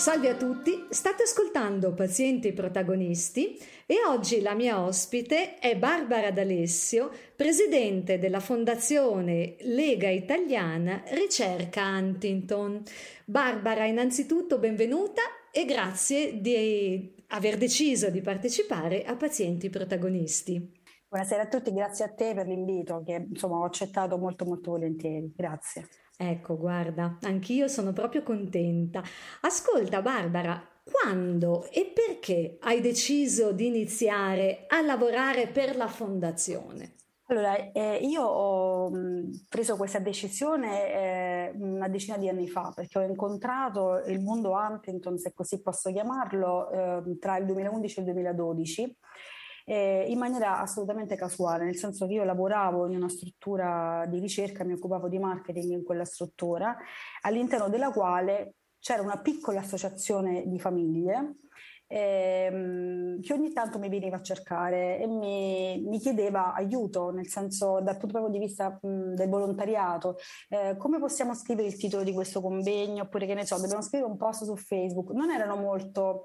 Salve a tutti, state ascoltando Pazienti Protagonisti e oggi la mia ospite è Barbara D'Alessio, presidente della Fondazione Lega Italiana Ricerca Huntington. Barbara, innanzitutto benvenuta e grazie di aver deciso di partecipare a Pazienti Protagonisti. Buonasera a tutti, grazie a te per l'invito che insomma ho accettato molto molto volentieri, grazie. Ecco, guarda, anch'io sono proprio contenta. Ascolta, Barbara, quando e perché hai deciso di iniziare a lavorare per la fondazione? Allora, io ho preso questa decisione una decina di anni fa perché ho incontrato il mondo Huntington, se così posso chiamarlo, tra il 2011 e il 2012. In maniera assolutamente casuale, nel senso che io lavoravo in una struttura di ricerca, mi occupavo di marketing in quella struttura, all'interno della quale c'era una piccola associazione di famiglie che ogni tanto mi veniva a cercare e mi chiedeva aiuto, nel senso dal punto proprio di vista del volontariato, come possiamo scrivere il titolo di questo convegno, oppure che ne so, dobbiamo scrivere un post su Facebook. Non erano molto,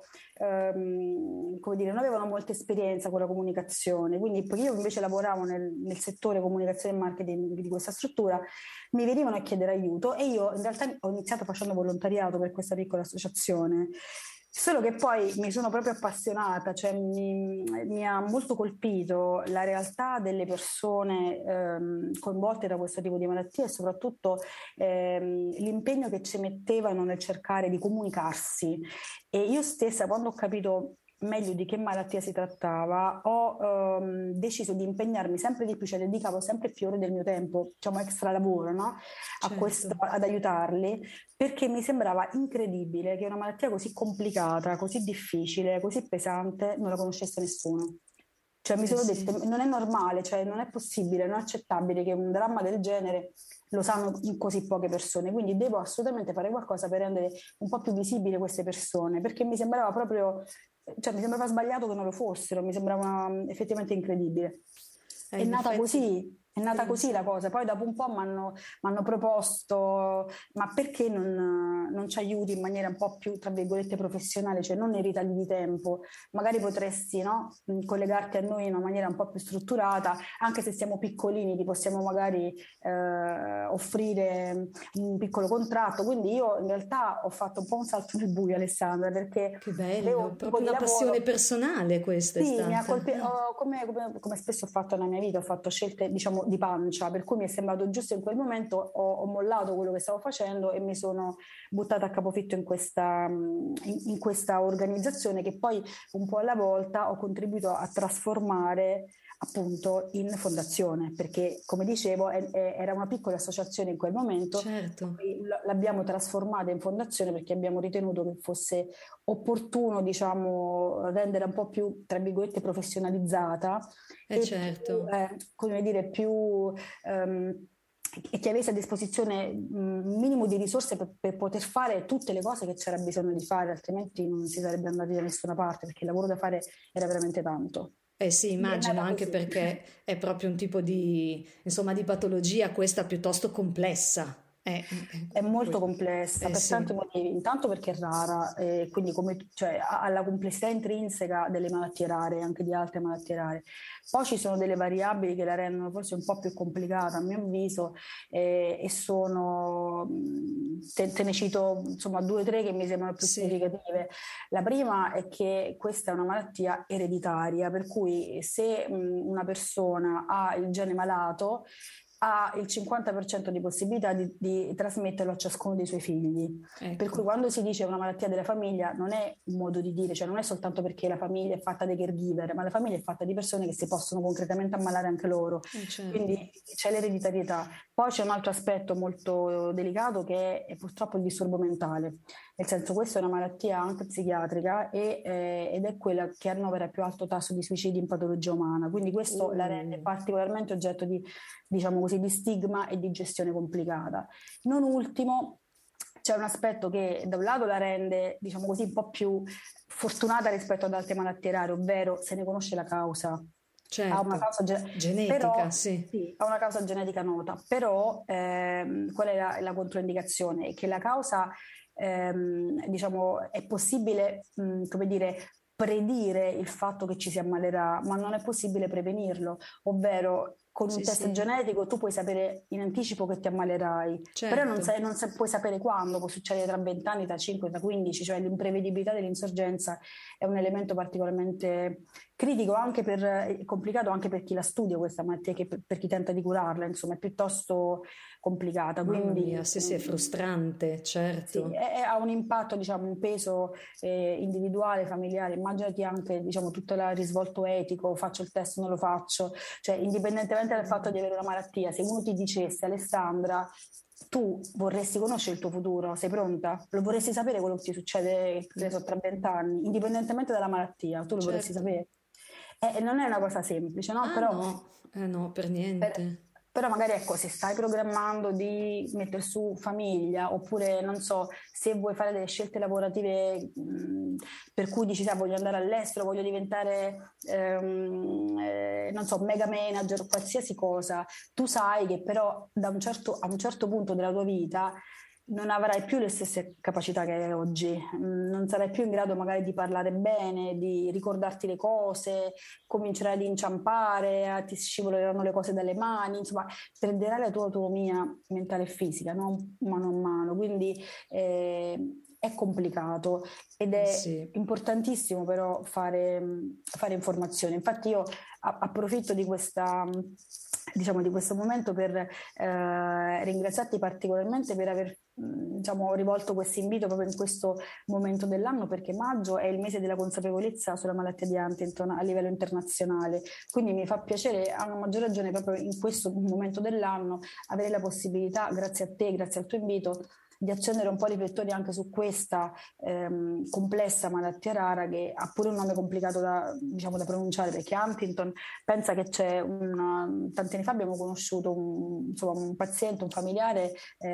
come dire, non avevano molta esperienza con la comunicazione, quindi perché io invece lavoravo nel settore comunicazione e marketing di questa struttura, mi venivano a chiedere aiuto e io in realtà ho iniziato facendo volontariato per questa piccola associazione. Solo che poi mi sono proprio appassionata, cioè mi ha molto colpito la realtà delle persone coinvolte da questo tipo di malattia e soprattutto l'impegno che ci mettevano nel cercare di comunicarsi. E io stessa, quando ho capito meglio di che malattia si trattava, ho deciso di impegnarmi sempre di più, cioè dedicavo sempre più ore del mio tempo, diciamo extra lavoro, no? Certo. Ad aiutarli, perché mi sembrava incredibile che una malattia così complicata, così difficile, così pesante non la conoscesse nessuno. Cioè mi sono Sì. detto, non è normale, cioè non è possibile, non è accettabile che un dramma del genere lo sanno in così poche persone, quindi devo assolutamente fare qualcosa per rendere un po' più visibile queste persone, perché mi sembrava proprio, cioè mi sembrava sbagliato che non lo fossero, mi sembrava effettivamente incredibile. È In nata effetti, così, è nata così la sì. cosa. Poi dopo un po' mi hanno proposto, ma perché non ci aiuti in maniera un po' più, tra virgolette, professionale, cioè non nei ritagli di tempo, magari potresti, no, collegarti a noi in una maniera un po' più strutturata, anche se siamo piccolini, ti possiamo magari offrire un piccolo contratto. Quindi io in realtà ho fatto un po' un salto nel buio, Alessandra, perché Che avevo bello, un tipo proprio di una passione lavoro. personale questa è Sì, mi ha stata. colpito, come spesso ho fatto nella mia vita, ho fatto scelte, diciamo, di pancia, per cui mi è sembrato giusto in quel momento, ho mollato quello che stavo facendo e mi sono buttata a capofitto in questa organizzazione che poi un po' alla volta ho contribuito a trasformare appunto in fondazione, perché come dicevo era una piccola associazione in quel momento, Certo, poi l'abbiamo trasformata in fondazione perché abbiamo ritenuto che fosse opportuno, diciamo, rendere un po' più, tra virgolette, professionalizzata e più, certo. come dire, più e che avesse a disposizione un minimo di risorse per poter fare tutte le cose che c'era bisogno di fare, altrimenti non si sarebbe andati da nessuna parte, perché il lavoro da fare era veramente tanto. Eh sì, Quindi è immagino, nata anche così. perché è proprio un tipo di, insomma, di patologia questa piuttosto complessa. È molto Quello. complessa Eh per sì, tanti motivi, intanto perché è rara, quindi cioè, ha la complessità intrinseca delle malattie rare e anche di altre malattie rare. Poi ci sono delle variabili che la rendono forse un po' più complicata, a mio avviso, e sono, te ne cito insomma due o tre che mi sembrano più sì, significative. La prima è che questa è una malattia ereditaria, per cui se una persona ha il gene malato, ha il 50% di possibilità di trasmetterlo a ciascuno dei suoi figli. Per cui ecco, quando si dice una malattia della famiglia non è un modo di dire, cioè non è soltanto perché la famiglia è fatta dei caregiver, ma la famiglia è fatta di persone che si possono concretamente ammalare anche loro. certo. Quindi c'è l'ereditarietà. Poi c'è un altro aspetto molto delicato che è purtroppo il disturbo mentale. Nel senso, questa è una malattia anche psichiatrica ed è quella che annovera il più alto tasso di suicidi in patologia umana. Quindi questo la rende Uh, particolarmente oggetto di, diciamo così, di stigma e di gestione complicata. Non ultimo, c'è un aspetto che da un lato la rende, diciamo così, un po' più fortunata rispetto ad altre malattie rare, ovvero se ne conosce la causa. ha una certo, causa genetica, però, sì, sì, ha una causa genetica nota, però qual è la controindicazione? È che la causa, diciamo, è possibile, come dire, predire il fatto che ci si ammalerà, ma non è possibile prevenirlo, ovvero con un sì, test sì, genetico tu puoi sapere in anticipo che ti ammalerai, però certo, puoi sapere quando, può succedere tra 20 anni, tra 5, tra 15, cioè l'imprevedibilità dell'insorgenza è un elemento particolarmente critico, complicato anche per chi la studia questa malattia, che per chi tenta di curarla, insomma, è piuttosto complicata, mamma mia, quindi sì, sì, è frustrante, sì, certo. ha un impatto, diciamo, un peso individuale, familiare. Immaginati anche, diciamo, tutto il risvolto etico, faccio il test, non lo faccio, cioè indipendentemente dal fatto di avere una malattia, se uno ti dicesse, Alessandra, tu vorresti conoscere il tuo futuro, sei pronta? Lo vorresti sapere quello che ti succede, che ne so, tra 20 anni, indipendentemente dalla malattia, tu lo vorresti Certo. sapere. E non è una cosa semplice, no? Ah no, eh no, per niente. Per- però magari ecco, se stai programmando di mettere su famiglia, oppure non so, se vuoi fare delle scelte lavorative per cui dici, sai, voglio andare all'estero, voglio diventare, non so, mega manager o qualsiasi cosa, tu sai che però a un certo punto della tua vita non avrai più le stesse capacità che hai oggi, non sarai più in grado magari di parlare bene, di ricordarti le cose, comincerai ad inciampare, ti scivoleranno le cose dalle mani, insomma, perderai la tua autonomia mentale e fisica, no? Mano a mano. Quindi è complicato ed Eh è sì, importantissimo però fare informazione. Infatti io approfitto di diciamo, di questo momento per ringraziarti particolarmente per aver diciamo, rivolto questo invito proprio in questo momento dell'anno, perché maggio è il mese della consapevolezza sulla malattia di Huntington a livello internazionale, quindi mi fa piacere a una maggior ragione proprio in questo momento dell'anno avere la possibilità, grazie a te, grazie al tuo invito, di accendere un po' i riflettori anche su questa complessa malattia rara che ha pure un nome complicato diciamo, da pronunciare, perché Huntington, pensa che tanti anni fa abbiamo conosciuto insomma, un paziente, un familiare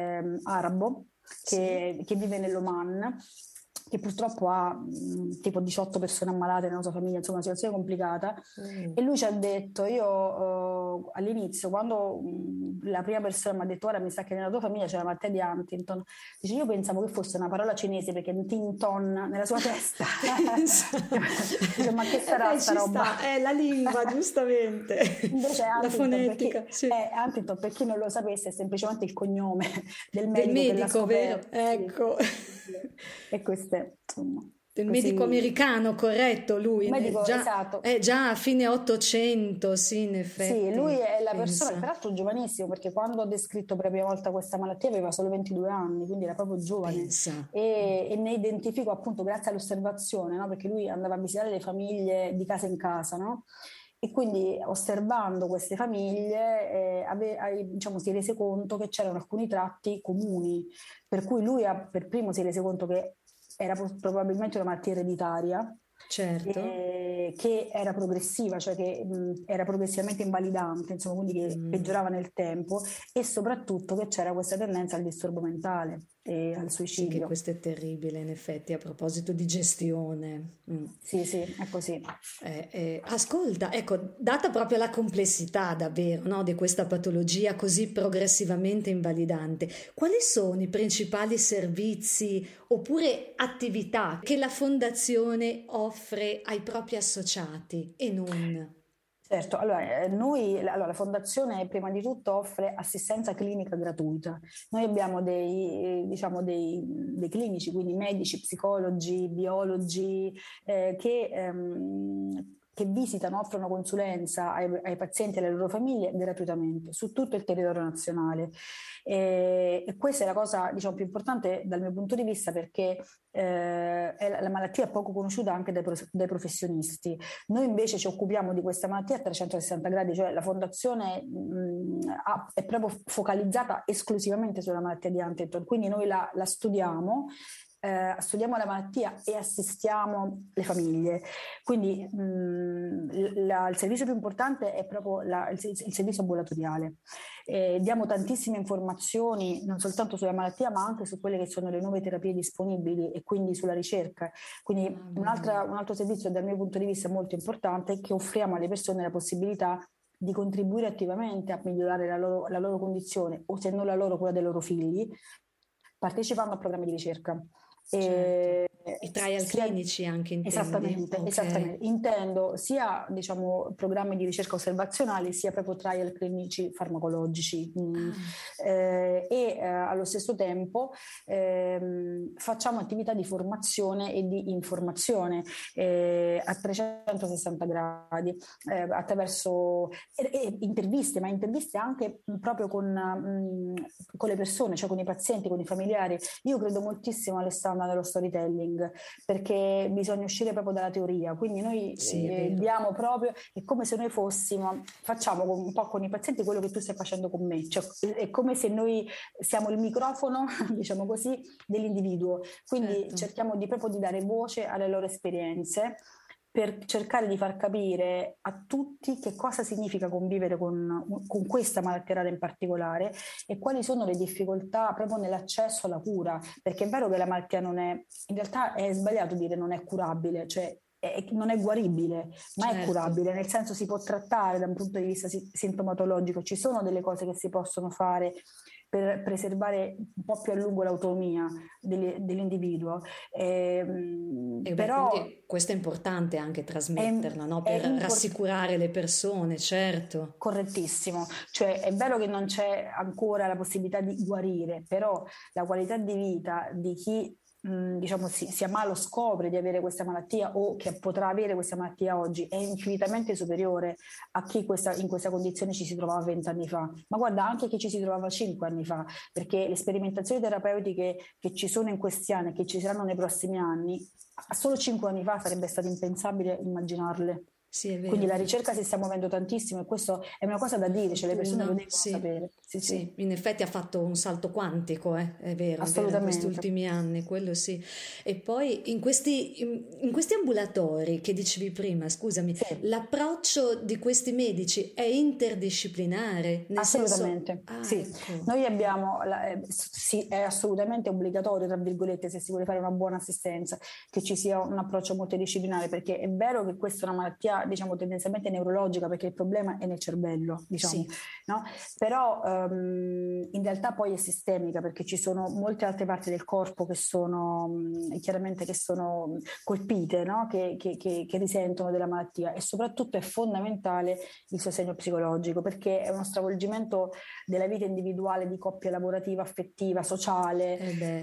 arabo sì. che vive nell'Oman, che purtroppo ha tipo 18 persone ammalate nella sua famiglia, insomma una situazione complicata. Oh. E lui ci ha detto, io all'inizio, quando la prima persona mi ha detto, ora mi sa che nella tua famiglia c'è la malattia di Huntington, dice, io pensavo che fosse una parola cinese perché Tinton nella sua testa. Pensa. Dice, ma che E sarà beh, sta ci roba? sta, è la lingua, giustamente. Invece La fonetica, sì. Huntington, per chi non lo sapesse, è semplicemente il cognome del Del medico che l'ha medico, vero? scoperto. Sì. Ecco. E questo è, insomma, Del medico così. americano, corretto, lui, Un medico, esatto. già a fine 800, sì, in Sì, lui effetti, è la persona, pensa, peraltro giovanissimo, perché quando ha descritto per la prima volta questa malattia aveva solo 22 anni, quindi era proprio giovane pensa. e ne identificò appunto grazie all'osservazione, no? Perché lui andava a visitare le famiglie di casa in casa, no? E quindi osservando queste famiglie diciamo, si è reso conto che c'erano alcuni tratti comuni, per cui lui per primo si è reso conto che era probabilmente una malattia ereditaria Certo. che era progressiva, cioè che era progressivamente invalidante, insomma, quindi che Mm. peggiorava nel tempo e soprattutto che c'era questa tendenza al disturbo mentale e al Sì, che suicidio. questo è terribile, in effetti, a proposito di gestione. Mm. Sì, sì, è così. Ascolta, ecco, data proprio la complessità davvero, no, di questa patologia così progressivamente invalidante, quali sono i principali servizi oppure attività che la Fondazione offre ai propri associati e non? Certo, allora, la Fondazione prima di tutto offre assistenza clinica gratuita. Noi abbiamo diciamo dei clinici, quindi medici, psicologi, biologi, che visitano, offrono consulenza ai pazienti e alle loro famiglie gratuitamente su tutto il territorio nazionale. E questa è la cosa, diciamo, più importante dal mio punto di vista perché la malattia è poco conosciuta anche dai professionisti. Noi invece ci occupiamo di questa malattia a 360 gradi, cioè la fondazione è proprio focalizzata esclusivamente sulla malattia di Huntington, quindi noi la studiamo la malattia e assistiamo le famiglie. Quindi il servizio più importante è proprio il servizio ambulatoriale. diamo tantissime informazioni non soltanto sulla malattia ma anche su quelle che sono le nuove terapie disponibili e quindi sulla ricerca. Quindi un altro servizio dal mio punto di vista molto importante è che offriamo alle persone la possibilità di contribuire attivamente a migliorare la loro condizione o se non la loro, quella dei loro figli, partecipando a programmi di ricerca. Certo. I trial clinici anche intendi? Esattamente, Okay. esattamente. Intendo sia programmi di ricerca osservazionali sia proprio trial clinici farmacologici allo stesso tempo facciamo attività di formazione e di informazione a 360 gradi attraverso interviste, ma interviste anche proprio con le persone, cioè con i pazienti, con i familiari. Io credo moltissimo, Alessandra, nello storytelling, perché bisogna uscire proprio dalla teoria, quindi noi diamo proprio, è come se noi facciamo un po' con i pazienti quello che tu stai facendo con me, cioè è come se noi siamo il microfono, diciamo così, dell'individuo, quindi cerchiamo proprio di dare voce alle loro esperienze per cercare di far capire a tutti che cosa significa convivere con questa malattia rara in particolare e quali sono le difficoltà proprio nell'accesso alla cura, perché è vero che la malattia in realtà è sbagliato dire non è curabile, cioè non è guaribile, ma è curabile, nel senso si può trattare da un punto di vista sintomatologico, ci sono delle cose che si possono fare per preservare un po' più a lungo l'autonomia dell'individuo. Però quindi questo è importante anche trasmetterlo, no? Per rassicurare le persone, certo. Correttissimo, cioè è vero che non c'è ancora la possibilità di guarire, però la qualità di vita di chi si ammala o scopre di avere questa malattia o che potrà avere questa malattia oggi è infinitamente superiore a chi in questa condizione ci si trovava 20 anni fa, ma guarda anche chi ci si trovava 5 anni fa, perché le sperimentazioni terapeutiche che ci sono in questi anni e che ci saranno nei prossimi anni, solo 5 anni fa sarebbe stato impensabile immaginarle. Sì, è vero. Quindi la ricerca si sta muovendo tantissimo e questo è una cosa da dire, cioè le persone lo devono sapere. Sì, in effetti ha fatto un salto quantico, è vero, in questi ultimi anni, quello sì. E poi in questi ambulatori che dicevi prima, scusami, l'approccio di questi medici è interdisciplinare? Assolutamente, sì. Ecco. Noi abbiamo, è assolutamente obbligatorio, tra virgolette, se si vuole fare una buona assistenza, che ci sia un approccio multidisciplinare, perché è vero che questa è una malattia tendenzialmente neurologica, perché il problema è nel cervello, no? Però in realtà poi è sistemica, perché ci sono molte altre parti del corpo che sono chiaramente colpite, no? che risentono della malattia, e soprattutto è fondamentale il sostegno psicologico, perché è uno stravolgimento della vita individuale, di coppia lavorativa, affettiva, sociale,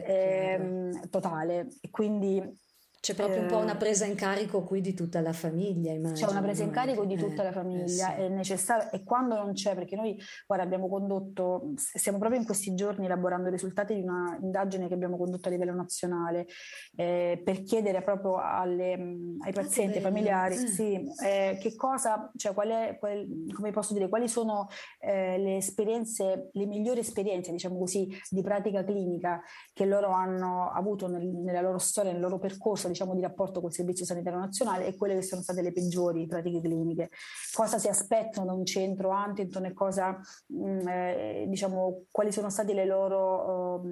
totale, e quindi c'è proprio un po' una presa in carico qui di tutta la famiglia, immagino. C'è una presa in carico di tutta la famiglia, è necessario, e quando non c'è, perché noi, guarda, stiamo proprio in questi giorni elaborando i risultati di una indagine che abbiamo condotto a livello nazionale per chiedere proprio ai pazienti, ai familiari, che cosa, cioè come posso dire, quali sono le migliori esperienze, diciamo così, di pratica clinica che loro hanno avuto nella loro storia, nel loro percorso, diciamo, di rapporto col Servizio Sanitario Nazionale, e quelle che sono state le peggiori pratiche cliniche. Cosa si aspettano da un centro Huntington e quali sono state le loro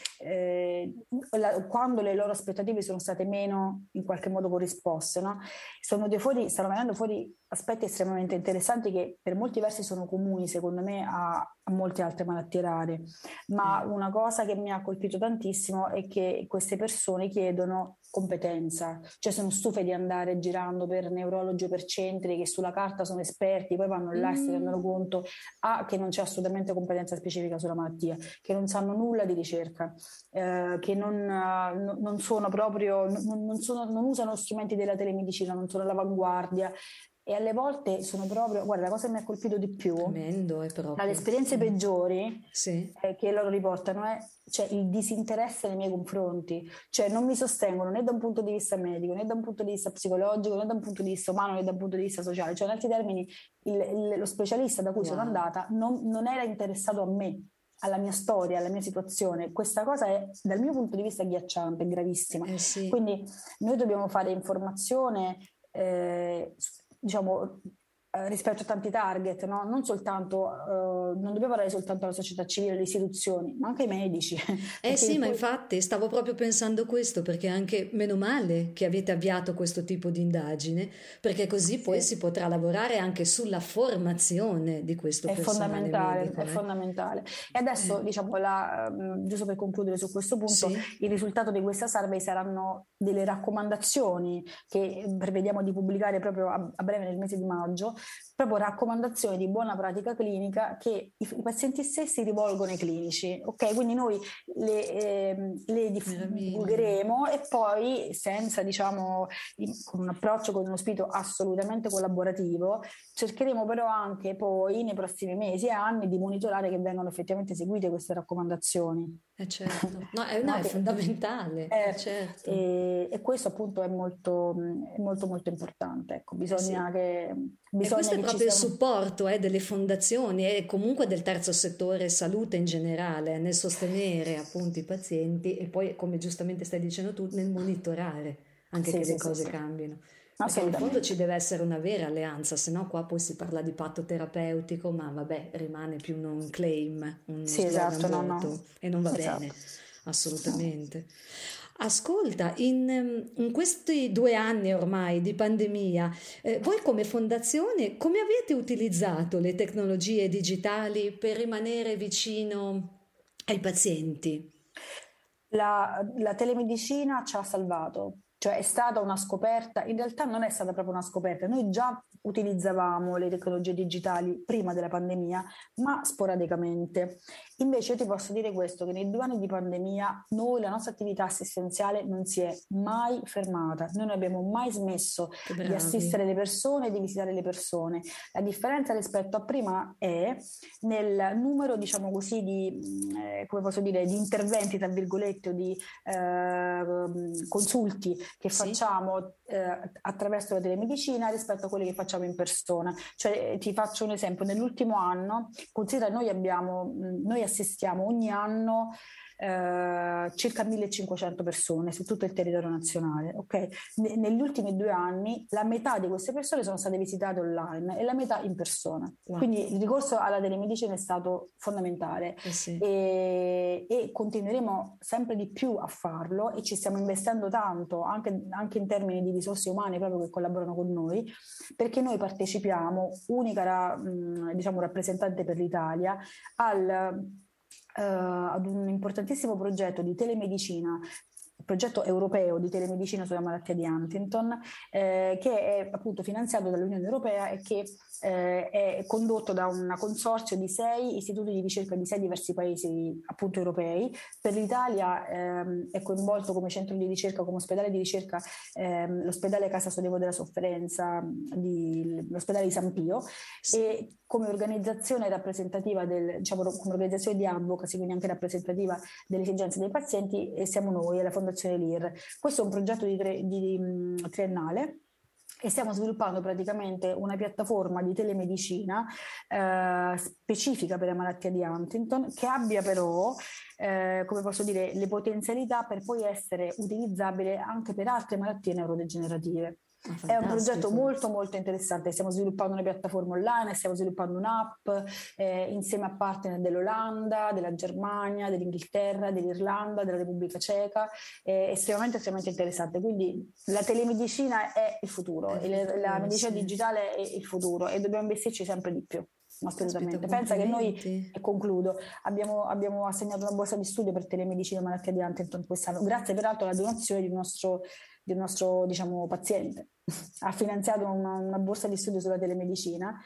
quando le loro aspettative sono state meno in qualche modo corrisposte, no? Stanno venendo fuori aspetti estremamente interessanti che per molti versi sono comuni, secondo me, a molte altre malattie rare, ma una cosa che mi ha colpito tantissimo è che queste persone chiedono competenza, cioè sono stufe di andare girando per neurologi o per centri che sulla carta sono esperti, poi vanno là e si rendono conto che non c'è assolutamente competenza specifica sulla malattia, che non sanno nulla di ricerca, che non sono proprio, non usano strumenti della telemedicina, non sono all'avanguardia. E alle volte sono proprio, guarda, la cosa che mi ha colpito di più, tremendo, è proprio. Tra le esperienze peggiori che loro riportano è il disinteresse nei miei confronti, cioè non mi sostengono né da un punto di vista medico, né da un punto di vista psicologico, né da un punto di vista umano, né da un punto di vista sociale, cioè in altri termini lo specialista da cui sono andata non era interessato a me, alla mia storia, alla mia situazione. Questa cosa è, dal mio punto di vista, agghiacciante, gravissima. Quindi noi dobbiamo fare informazione, rispetto a tanti target, no? Non soltanto, non dobbiamo parlare soltanto alla società civile, alle istituzioni, ma anche ai medici. Sì, ma infatti stavo proprio pensando questo, perché anche meno male che avete avviato questo tipo di indagine, perché così poi si potrà lavorare anche sulla formazione di questo personale medico. È fondamentale. E adesso, diciamo, giusto per concludere su questo punto, il risultato di questa survey saranno delle raccomandazioni che prevediamo di pubblicare proprio a breve nel mese di maggio, proprio raccomandazioni di buona pratica clinica che i pazienti stessi rivolgono ai clinici, ok? Quindi noi le divulgheremo e poi senza, diciamo, con un approccio, con uno spirito assolutamente collaborativo, cercheremo però anche poi nei prossimi mesi e anni di monitorare che vengano effettivamente eseguite queste raccomandazioni. Certo, no, è fondamentale, certo. E questo appunto è molto molto importante. Ecco, bisogna che questo è proprio il supporto delle fondazioni e comunque del terzo settore salute in generale nel sostenere appunto i pazienti e poi, come giustamente stai dicendo tu, nel monitorare anche che le cose cambino. Perché in fondo ci deve essere una vera alleanza, se no qua poi si parla di patto terapeutico, ma vabbè, rimane più un claim, uno slogan vuoto, e non va bene, assolutamente. Ascolta, in questi 2 anni ormai di pandemia, voi come fondazione come avete utilizzato le tecnologie digitali per rimanere vicino ai pazienti? La telemedicina ci ha salvato. Cioè è stata una scoperta, in realtà non è stata proprio una scoperta, noi già utilizzavamo le tecnologie digitali prima della pandemia, ma sporadicamente. Invece io ti posso dire questo, che nei 2 anni di pandemia noi, la nostra attività assistenziale non si è mai fermata, noi non abbiamo mai smesso di assistere le persone, di visitare le persone. La differenza rispetto a prima è nel numero, diciamo così, come posso dire, di interventi, tra virgolette, o di consulti che facciamo attraverso la telemedicina rispetto a quelli che facciamo in persona. Cioè, ti faccio un esempio: nell'ultimo anno, considera, noi assistiamo ogni anno circa 1500 persone su tutto il territorio nazionale, ok? Negli ultimi 2 anni la metà di queste persone sono state visitate online e la metà in persona. Quindi il ricorso alla telemedicina è stato fondamentale e continueremo sempre di più a farlo, e ci stiamo investendo tanto anche in termini di risorse umane proprio che collaborano con noi, perché noi partecipiamo, unica diciamo rappresentante per l'Italia, ad un importantissimo progetto di telemedicina, progetto europeo di telemedicina sulla malattia di Huntington, che è appunto finanziato dall'Unione Europea e che è condotto da un consorzio di 6 istituti di ricerca di 6 diversi paesi appunto europei. Per l'Italia è coinvolto come centro di ricerca, come ospedale di ricerca, l'ospedale Casa Sollievo della Sofferenza, l'ospedale di San Pio, e come organizzazione rappresentativa diciamo come organizzazione di advocacy, quindi anche rappresentativa delle esigenze dei pazienti, siamo noi, la Fondazione LIR. Questo è un progetto triennale e stiamo sviluppando praticamente una piattaforma di telemedicina specifica per la malattia di Huntington, che abbia però come posso dire, le potenzialità per poi essere utilizzabile anche per altre malattie neurodegenerative. È un progetto molto molto interessante. Stiamo sviluppando una piattaforma online, stiamo sviluppando un'app insieme a partner dell'Olanda, della Germania, dell'Inghilterra, dell'Irlanda, della Repubblica Ceca. È estremamente interessante. Quindi la telemedicina è il futuro, la medicina digitale è il futuro, e dobbiamo investirci sempre di più. Assolutamente. Pensa che noi, e concludo, abbiamo assegnato una borsa di studio per telemedicina e malattia di Huntington quest'anno, grazie peraltro alla donazione di un nostro diciamo paziente. Ha finanziato una borsa di studio sulla telemedicina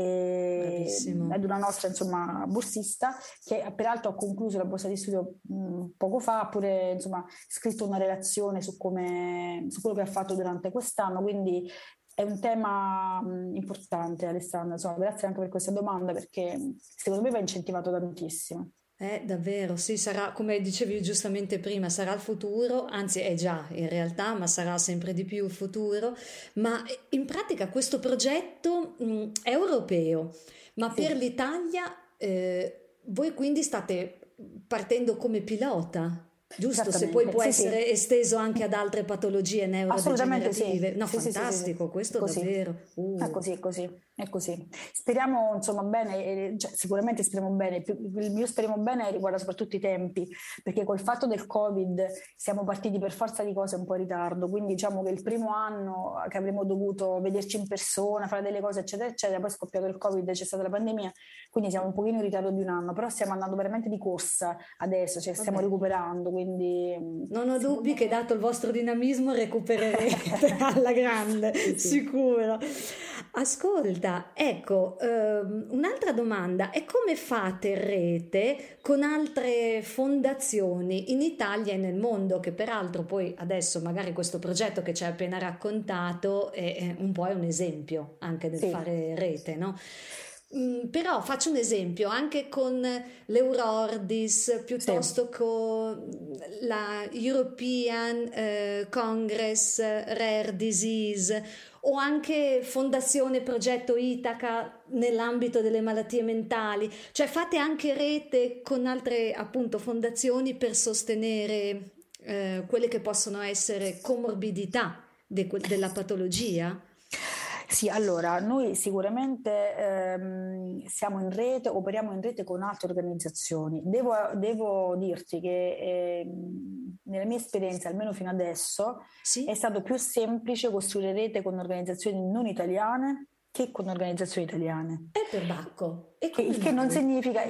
ad una nostra insomma borsista, che peraltro ha concluso la borsa di studio poco fa, ha pure insomma scritto una relazione su quello che ha fatto durante quest'anno. Quindi è un tema importante, Alessandra, insomma, grazie anche per questa domanda, perché secondo me va incentivato tantissimo. Davvero, sì, sarà, come dicevi giustamente prima, sarà il futuro, anzi è già in realtà, ma sarà sempre di più il futuro. Ma in pratica questo progetto è europeo, ma per l'Italia voi quindi state partendo come pilota? Giusto, se poi può essere esteso anche ad altre patologie neurodegenerative. No, fantastico, questo così. davvero. È così. È così. Speriamo insomma bene, cioè, sicuramente speriamo bene, il mio speriamo bene riguarda soprattutto i tempi, perché col fatto del Covid siamo partiti per forza di cose un po' in ritardo, quindi diciamo che il primo anno che avremmo dovuto vederci in persona, fare delle cose eccetera eccetera, poi è scoppiato il Covid, c'è stata la pandemia, quindi siamo un pochino in ritardo di un anno, però stiamo andando veramente di corsa adesso, cioè stiamo recuperando, quindi... Non ho dubbi che dato il vostro dinamismo recupererete alla grande, sì. Sicuro. Ascolta, ecco, un'altra domanda è come fate rete con altre fondazioni in Italia e nel mondo, che peraltro poi adesso magari questo progetto che ci hai appena raccontato è un po' un esempio anche del fare rete, no? Però faccio un esempio anche con l'Eurordis piuttosto con la European Congress Rare Disease o anche Fondazione Progetto Itaca nell'ambito delle malattie mentali, cioè fate anche rete con altre appunto fondazioni per sostenere quelle che possono essere comorbidità della patologia? Sì, allora, noi sicuramente siamo in rete, operiamo in rete con altre organizzazioni. Devo dirti che nella mia esperienza, almeno fino adesso, è stato più semplice costruire rete con organizzazioni non italiane che con organizzazioni italiane. E per Bacco. Il che non significa,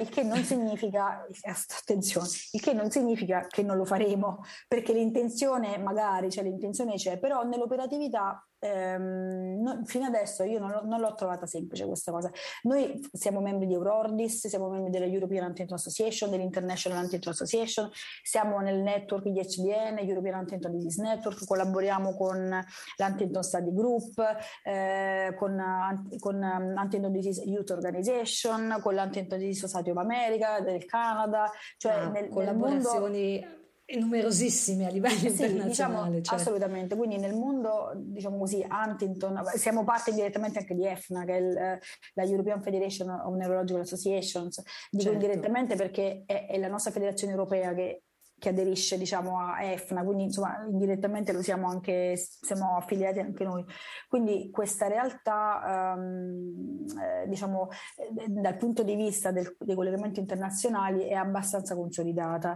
attenzione, il che non significa che non lo faremo, perché l'intenzione magari, cioè l'intenzione c'è, però nell'operatività fino adesso io non l'ho trovata semplice questa cosa. Noi siamo membri di Eurordis, siamo membri della European Huntington Association, dell'International Huntington Association, siamo nel network IHDN, European Huntington Disease Network, collaboriamo con l'Huntington Study Group, con Huntington Disease Youth Organization, con l'Huntington Disease Society of America del Canada, cioè collaborazioni nel mondo numerosissime a livello internazionale. Diciamo, cioè. Assolutamente, quindi nel mondo, diciamo così, Huntington, siamo parte direttamente anche di EFNA, che è la European Federation of Neurological Associations, dico indirettamente perché è la nostra federazione europea che aderisce, diciamo, a EFNA, quindi insomma indirettamente lo siamo anche, siamo affiliati anche noi. Quindi questa realtà, diciamo, dal punto di vista dei collegamenti internazionali è abbastanza consolidata.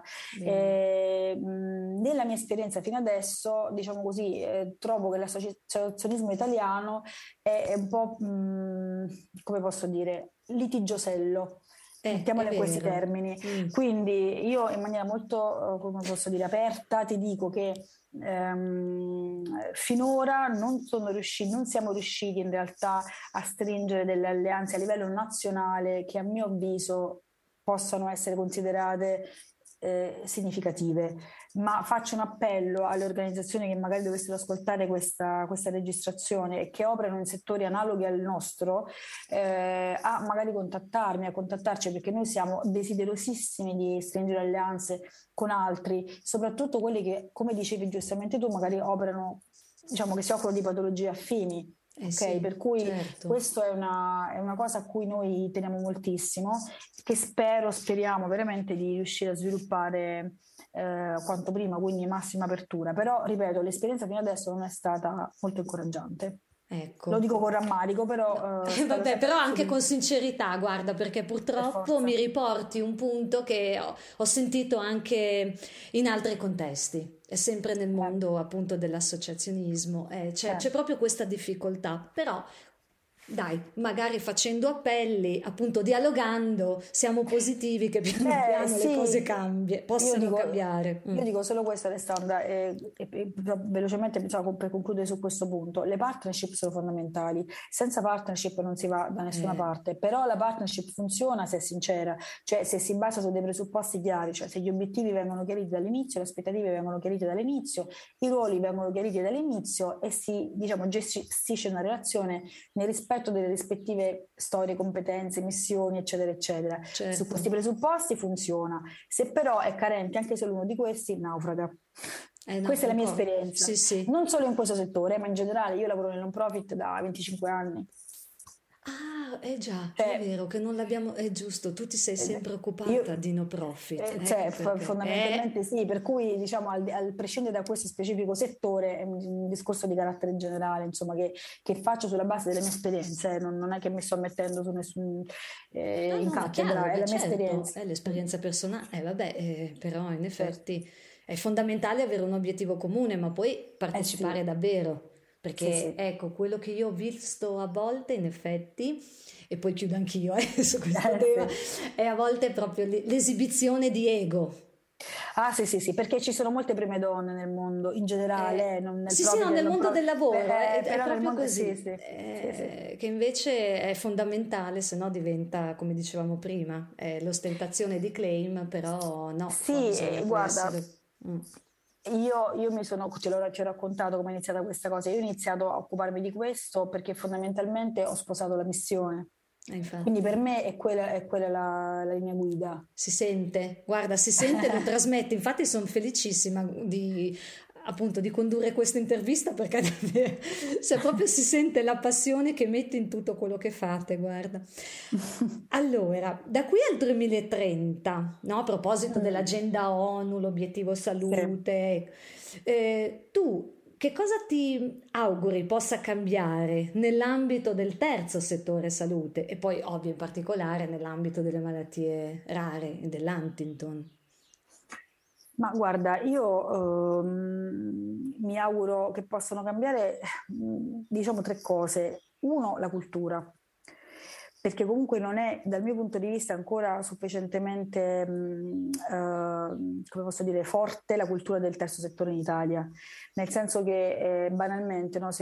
Nella mia esperienza fino adesso, diciamo così, trovo che l'associazionismo italiano è un po', come posso dire, litigiosello. Mettiamolo in questi termini. Quindi io in maniera molto, come posso dire, aperta ti dico che finora non siamo riusciti in realtà a stringere delle alleanze a livello nazionale che a mio avviso possano essere considerate significative, ma faccio un appello alle organizzazioni che magari dovessero ascoltare questa registrazione e che operano in settori analoghi al nostro a magari contattarci, perché noi siamo desiderosissimi di stringere alleanze con altri, soprattutto quelli che, come dicevi giustamente tu, magari operano, diciamo, che si occupano di patologie affini. Per cui questo è una cosa a cui noi teniamo moltissimo, che speriamo veramente di riuscire a sviluppare quanto prima, quindi massima apertura. Però, ripeto, l'esperienza fino adesso non è stata molto incoraggiante. Ecco. Lo dico con rammarico, però... vabbè, però anche con sincerità, guarda, perché purtroppo mi riporti un punto che ho sentito anche in altri contesti, è sempre nel mondo appunto dell'associazionismo, c'è proprio questa difficoltà, però dai, magari facendo appelli, appunto dialogando, siamo positivi che piano piano le cose possano cambiare. Io dico solo questo, Alessandra, velocemente per concludere su questo punto. Le partnership sono fondamentali, senza partnership non si va da nessuna parte, però la partnership funziona se è sincera, cioè se si basa su dei presupposti chiari, cioè se gli obiettivi vengono chiariti dall'inizio, le aspettative vengono chiarite dall'inizio, i ruoli vengono chiariti dall'inizio e si, diciamo, gestisce una relazione nel rispetto delle rispettive storie, competenze, missioni, eccetera, eccetera. Su questi presupposti funziona. Se però è carente anche solo uno di questi, naufraga. Questa è la mia esperienza. Non solo in questo settore, ma in generale. Io lavoro nel non profit da 25 anni. Ah, già, Cioè, è vero che non l'abbiamo, è giusto, tu ti sei sempre occupata di no profit, cioè, ecco perché. fondamentalmente sì, per cui diciamo al prescindere da questo specifico settore è un discorso di carattere generale, insomma, che faccio sulla base delle mie esperienze, non è che mi sto mettendo su nessun No, in no, ma chiaro, cattedra, è beh la mia certo, esperienza. è l'esperienza personale, vabbè, però in Certo. effetti è fondamentale avere un obiettivo comune, ma poi Eh sì, partecipare davvero, sì, perché sì. ecco, quello che io ho visto a volte in effetti, e poi chiudo anch'io su questo tema, Sì. è a volte proprio l'esibizione di ego. Ah sì sì sì, perché ci sono molte prime donne nel mondo in generale, non nel Sì, sì, no, profit e nel non mondo profit, del lavoro è però nel proprio mondo sì così, sì, sì sì. che invece è fondamentale, se no diventa, come dicevamo prima, l'ostentazione di claim, però no, qua Sì, bisogna poi guarda, essere. Mm. io mi sono, ci ho raccontato come è iniziata questa cosa. Io ho iniziato a occuparmi di questo perché fondamentalmente ho sposato la missione. Quindi Infatti. per me è quella la linea guida. Si sente, guarda, si sente, lo trasmette. Infatti sono felicissima di, appunto, di condurre questa intervista perché davvero, cioè, proprio si sente la passione che metti in tutto quello che fate, guarda. Allora, da qui al 2030, no, a proposito Mm, dell'agenda ONU, l'obiettivo sì. salute, tu che cosa ti auguri possa cambiare nell'ambito del terzo settore salute e poi ovvio in particolare nell'ambito delle malattie rare e dell'Huntington? Ma guarda, io mi auguro che possano cambiare, diciamo, tre cose. Uno, la cultura, perché comunque non è, dal mio punto di vista, ancora sufficientemente, come posso dire, forte la cultura del terzo settore in Italia. Nel senso che, banalmente, no,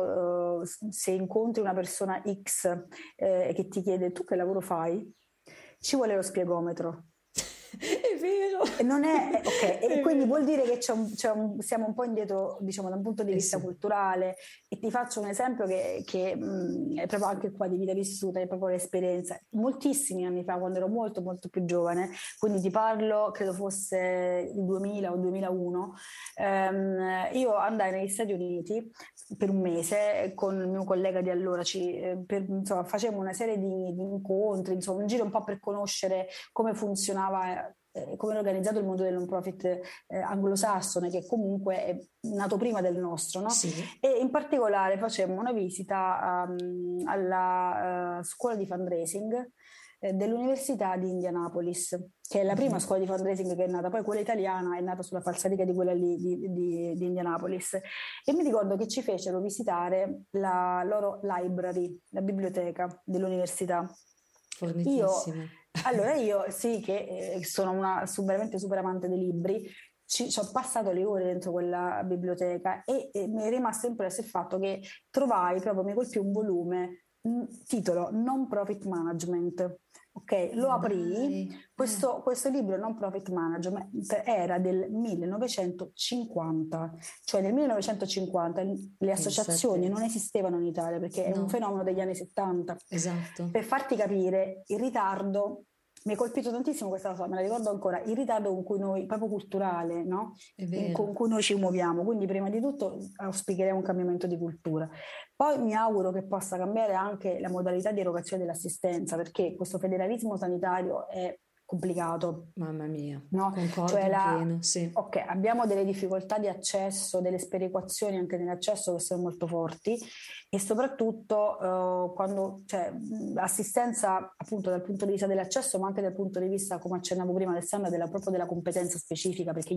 se incontri una persona X, che ti chiede tu che lavoro fai, ci vuole lo spiegometro. È vero, E non è, ok, e è quindi vero. vuol dire che siamo un po' indietro, diciamo, da un punto di Eh vista sì, culturale. E ti faccio un esempio che è proprio anche qua di vita vissuta, è proprio l'esperienza. Moltissimi anni fa, quando ero molto, molto più giovane, quindi ti parlo, credo fosse il 2000 o 2001, io andai negli Stati Uniti per un mese con il mio collega di allora, insomma, facevamo una serie di incontri, insomma, un giro un po' per conoscere come funzionava, come è organizzato il mondo del non profit anglosassone, che comunque è nato prima del nostro, no? sì. E in particolare facemmo una visita alla scuola di fundraising dell'Università di Indianapolis, che è la prima Mhm. scuola di fundraising che è nata, poi quella italiana è nata sulla falsariga di quella lì di Indianapolis. E mi ricordo che ci fecero visitare la loro library, la biblioteca dell'università. Io, Fornitissima. allora io sì che sono una veramente super amante dei libri, ci ho passato le ore dentro quella biblioteca e mi è rimasto impresso il fatto che trovai, proprio mi colpì un volume, titolo Non Profit Management. Ok, lo Ma aprii, dai, questo libro Non Profit Management era del 1950, cioè nel 1950 le pensate. associazioni non esistevano in Italia perché è un No, fenomeno degli anni 70. esatto, Per farti capire il ritardo, mi ha colpito tantissimo questa cosa, me la ricordo ancora, il ritardo con cui noi, proprio culturale, no? è vero. Con cui noi ci muoviamo. Quindi prima di tutto auspicheremo un cambiamento di cultura. Poi mi auguro che possa cambiare anche la modalità di erogazione dell'assistenza, perché questo federalismo sanitario è complicato, Mamma mia, no? concordo Cioè in pieno, sì. ok, abbiamo delle difficoltà di accesso, delle sperequazioni anche nell'accesso che sono molto forti e soprattutto quando c'è assistenza appunto dal punto di vista dell'accesso, ma anche dal punto di vista, come accennavo prima Alessandra, proprio della competenza specifica, perché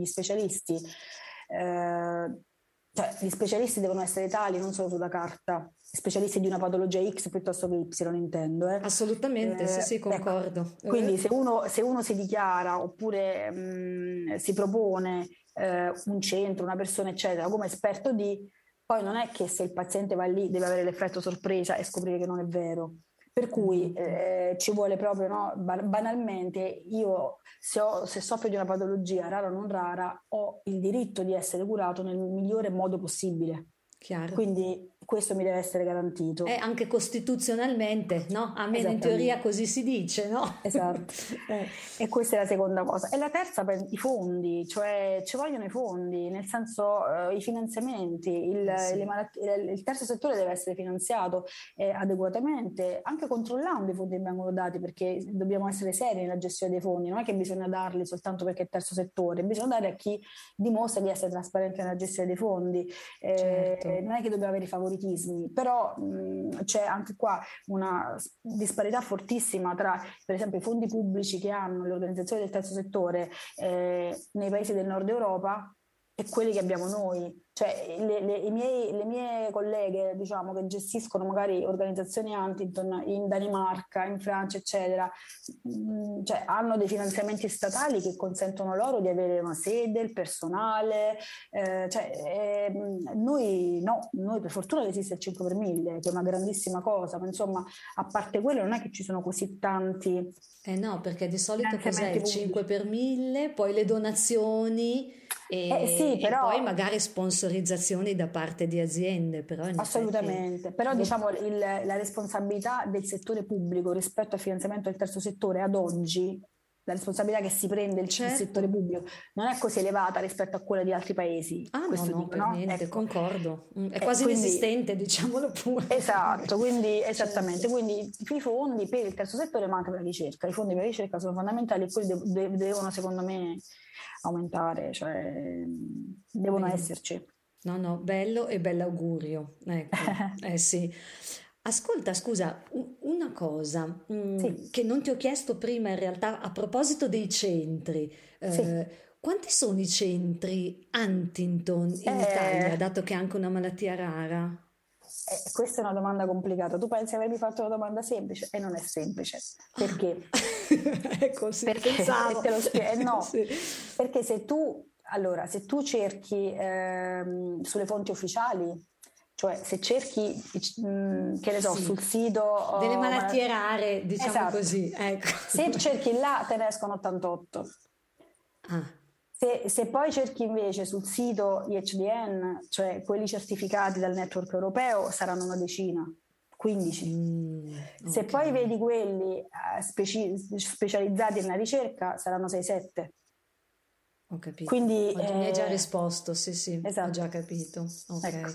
cioè, gli specialisti devono essere tali non solo sulla carta, specialisti di una patologia X piuttosto che Y, intendo. Assolutamente, sì, sì, Ecco, concordo. quindi se uno si dichiara oppure si propone un centro, una persona, eccetera, come esperto di, poi non è che se il paziente va lì deve avere l'effetto sorpresa e scoprire che non è vero. Per cui Esatto. ci vuole proprio, no? Banalmente, io se soffro di una patologia rara o non rara, ho il diritto di essere curato nel migliore modo possibile. Chiaro. Quindi questo mi deve essere garantito. Anche costituzionalmente, no? Almeno in teoria così si dice, no? Esatto. E questa è la seconda cosa. E la terza, i fondi, cioè ci vogliono i fondi, nel senso i finanziamenti, il terzo settore deve essere finanziato adeguatamente, anche controllando i fondi che vengono dati, perché dobbiamo essere seri nella gestione dei fondi, non è che bisogna darli soltanto perché è il terzo settore, bisogna dare a chi dimostra di essere trasparente nella gestione dei fondi. Certo. Non è che dobbiamo avere i favoritismi, però c'è anche qua una disparità fortissima tra, per esempio, i fondi pubblici che hanno le organizzazioni del terzo settore nei paesi del nord Europa e quelli che abbiamo noi. Cioè le mie colleghe, diciamo, che gestiscono magari organizzazioni Huntington in Danimarca, in Francia, eccetera, cioè hanno dei finanziamenti statali che consentono loro di avere una sede, il personale, noi no, noi per fortuna esiste il 5 per 1000, che è una grandissima cosa, ma insomma, a parte quello non è che ci sono così tanti. No, perché di solito cos'è il 5 per 1000, poi le donazioni Sì, e poi magari sponsorizzazioni da parte di aziende, però in assolutamente, effetti... però diciamo la responsabilità del settore pubblico rispetto al finanziamento del terzo settore ad oggi, la responsabilità che si prende il settore pubblico non è così elevata rispetto a quella di altri paesi. No, per niente, ecco. Concordo. È quasi inesistente, diciamolo pure. Esatto, quindi esattamente, quindi i fondi per il terzo settore ma anche per la ricerca, i fondi per la ricerca sono fondamentali e quelli devono secondo me aumentare, cioè devono esserci. No, bello e bell'augurio, ecco, sì. Ascolta, scusa, una cosa Sì. che non ti ho chiesto prima in realtà a proposito dei centri. Sì. Quanti sono i centri Huntington in Italia, dato che è anche una malattia rara? Questa è una domanda complicata. Tu pensi avermi fatto una domanda semplice? E non è semplice. Perché? Ecco, sì, perché pensavo. Te lo spiego. No, Sì. perché se tu cerchi sulle fonti ufficiali, cioè se cerchi, che ne so, Sì. sul sito... Delle malattie rare, diciamo esatto. così. Ecco. Se cerchi là te ne escono 88. Ah. Se poi cerchi invece sul sito ICDN, cioè quelli certificati dal network europeo, saranno una decina, 15. Se poi vedi quelli specializzati nella ricerca, saranno 6-7. Ho capito. Quindi, Mi hai già risposto, sì, esatto. ho già capito. Ok. Ecco.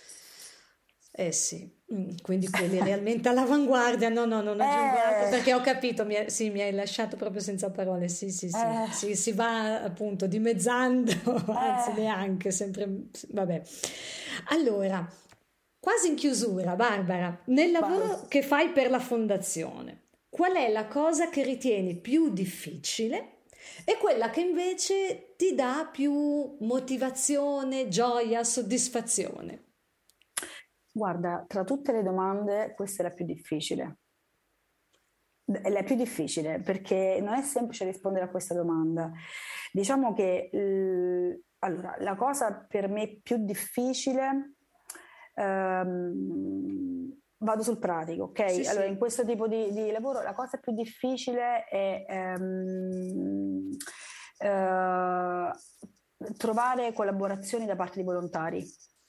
Sì, quindi quelli realmente all'avanguardia, no, non aggiungo altro perché ho capito, mi hai lasciato proprio senza parole, sì, si va appunto dimezzando, anzi neanche, sempre, vabbè. Allora, quasi in chiusura, Barbara, nel lavoro che fai per la fondazione, qual è la cosa che ritieni più difficile e quella che invece ti dà più motivazione, gioia, soddisfazione? Guarda, tra tutte le domande questa è la più difficile. È la più difficile perché non è semplice rispondere a questa domanda. Diciamo che allora, la cosa per me più difficile, vado sul pratico, ok? Sì, allora, sì. in questo tipo di lavoro la cosa più difficile è trovare collaborazioni da parte di volontari.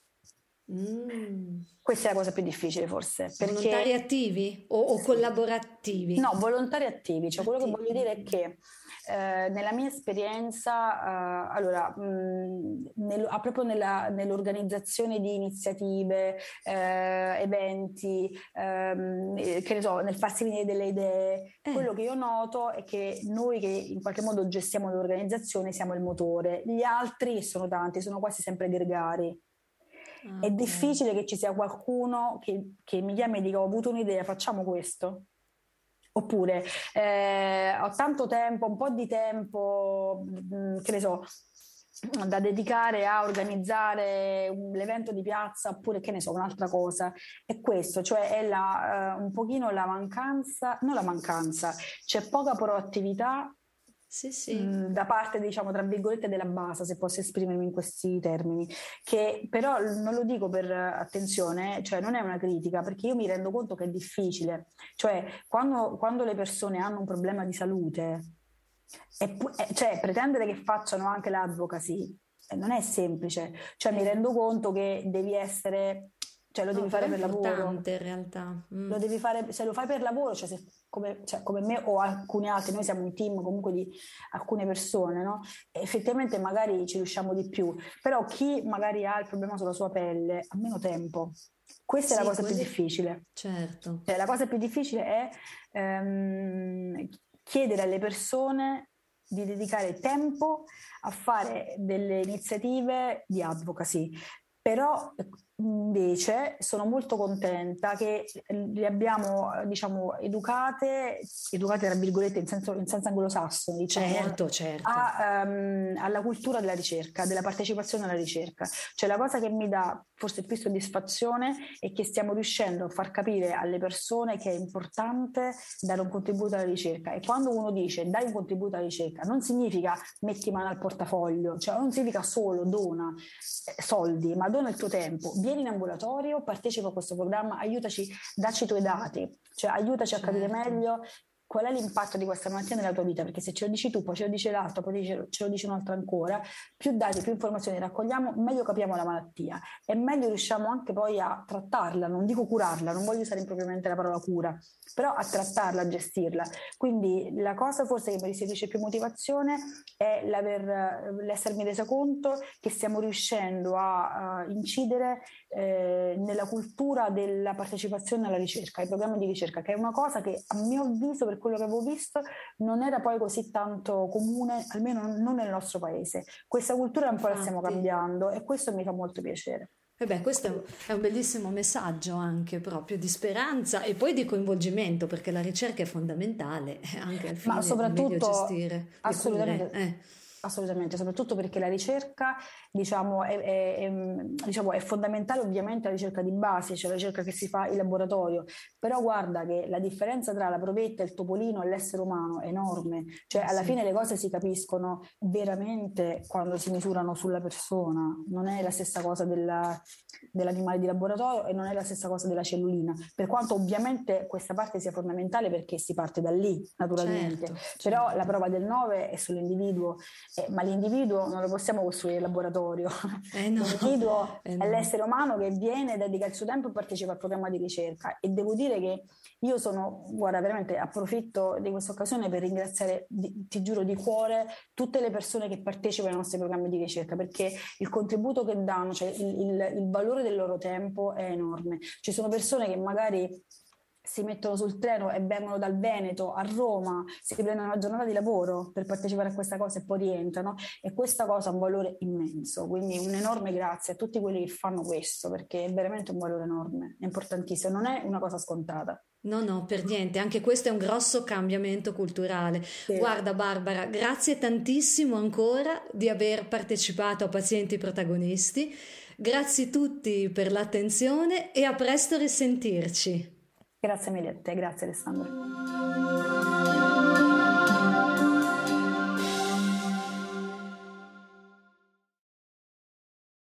Questa è la cosa più difficile forse. Perché... Volontari attivi o collaborativi? No, volontari attivi, cioè quello che voglio dire è che nella mia esperienza, proprio nell'organizzazione di iniziative, eventi, che ne so, nel farsi venire delle idee, quello che io noto è che noi che in qualche modo gestiamo l'organizzazione siamo il motore, gli altri sono tanti, sono quasi sempre gregari. È difficile che ci sia qualcuno che mi chiami e dica ho avuto un'idea, facciamo questo. Oppure ho tanto tempo, un po' di tempo, che ne so, da dedicare a organizzare l'evento di piazza oppure che ne so, un'altra cosa. È questo, cioè è un pochino la mancanza, non la mancanza, c'è poca proattività. Sì. Da parte, diciamo, tra virgolette della base, se posso esprimermi in questi termini, che però non lo dico per attenzione, cioè non è una critica, perché io mi rendo conto che è difficile, cioè quando le persone hanno un problema di salute, cioè pretendere che facciano anche l'advocacy non è semplice, cioè mi rendo conto che devi essere cioè lo devi fare per lavoro. È importante in realtà. Lo devi fare, se lo fai per lavoro, cioè, come me o alcuni altri, noi siamo un team comunque di alcune persone, no? E effettivamente magari ci riusciamo di più, però chi magari ha il problema sulla sua pelle ha meno tempo. Questa è la cosa più difficile. Certo. Cioè, la cosa più difficile è chiedere alle persone di dedicare tempo a fare delle iniziative di advocacy. Però invece sono molto contenta che le abbiamo, diciamo, educate tra virgolette in senso anglosassone, diciamo, certo. alla cultura della ricerca, della partecipazione alla ricerca. Cioè la cosa che mi dà forse più soddisfazione è che stiamo riuscendo a far capire alle persone che è importante dare un contributo alla ricerca, e quando uno dice dai un contributo alla ricerca non significa metti mano al portafoglio, cioè non significa solo dona soldi, ma dona il tuo tempo, vieni in ambulatorio, partecipa a questo programma, aiutaci, dacci i tuoi dati, cioè aiutaci a capire meglio qual è l'impatto di questa malattia nella tua vita, perché se ce lo dici tu, poi ce lo dice l'altro, poi ce lo dice un altro ancora, più dati, più informazioni raccogliamo, meglio capiamo la malattia e meglio riusciamo anche poi a trattarla, non dico curarla, non voglio usare impropriamente la parola cura, però a trattarla, a gestirla. Quindi la cosa forse che mi restituisce più motivazione è l'essermi resa conto che stiamo riuscendo a incidere nella cultura della partecipazione alla ricerca, ai programmi di ricerca, che è una cosa che a mio avviso, per quello che avevo visto, non era poi così tanto comune, almeno non nel nostro paese. Questa cultura un po' la stiamo cambiando e questo mi fa molto piacere. Questo è un bellissimo messaggio anche proprio di speranza e poi di coinvolgimento, perché la ricerca è fondamentè anche al fine di meglio gestire. Assolutamente, soprattutto perché la ricerca, diciamo, è fondamentale ovviamente la ricerca di base, cioè la ricerca che si fa in laboratorio, però guarda che la differenza tra la provetta, il topolino e l'essere umano è enorme, cioè alla fine le cose si capiscono veramente quando si misurano sulla persona, non è la stessa cosa dell'animale di laboratorio e non è la stessa cosa della cellulina, per quanto ovviamente questa parte sia fondamentale perché si parte da lì naturalmente, però la prova del 9 è sull'individuo. Ma l'individuo non lo possiamo costruire in laboratorio. L'individuo è l'essere umano che viene, dedica il suo tempo e partecipa al programma di ricerca. E devo dire che io veramente approfitto di questa occasione per ringraziare, ti giuro di cuore, tutte le persone che partecipano ai nostri programmi di ricerca, perché il contributo che danno, cioè il valore del loro tempo è enorme. Ci sono persone che magari si mettono sul treno e vengono dal Veneto a Roma, si prendono una giornata di lavoro per partecipare a questa cosa e poi rientrano, e questa cosa ha un valore immenso, quindi un enorme grazie a tutti quelli che fanno questo, perché è veramente un valore enorme, è importantissimo, non è una cosa scontata. No, per niente, anche questo è un grosso cambiamento culturale. Sì. Guarda Barbara, grazie tantissimo ancora di aver partecipato a Pazienti Protagonisti, grazie a tutti per l'attenzione e a presto risentirci. Grazie mille a te, grazie Alessandro.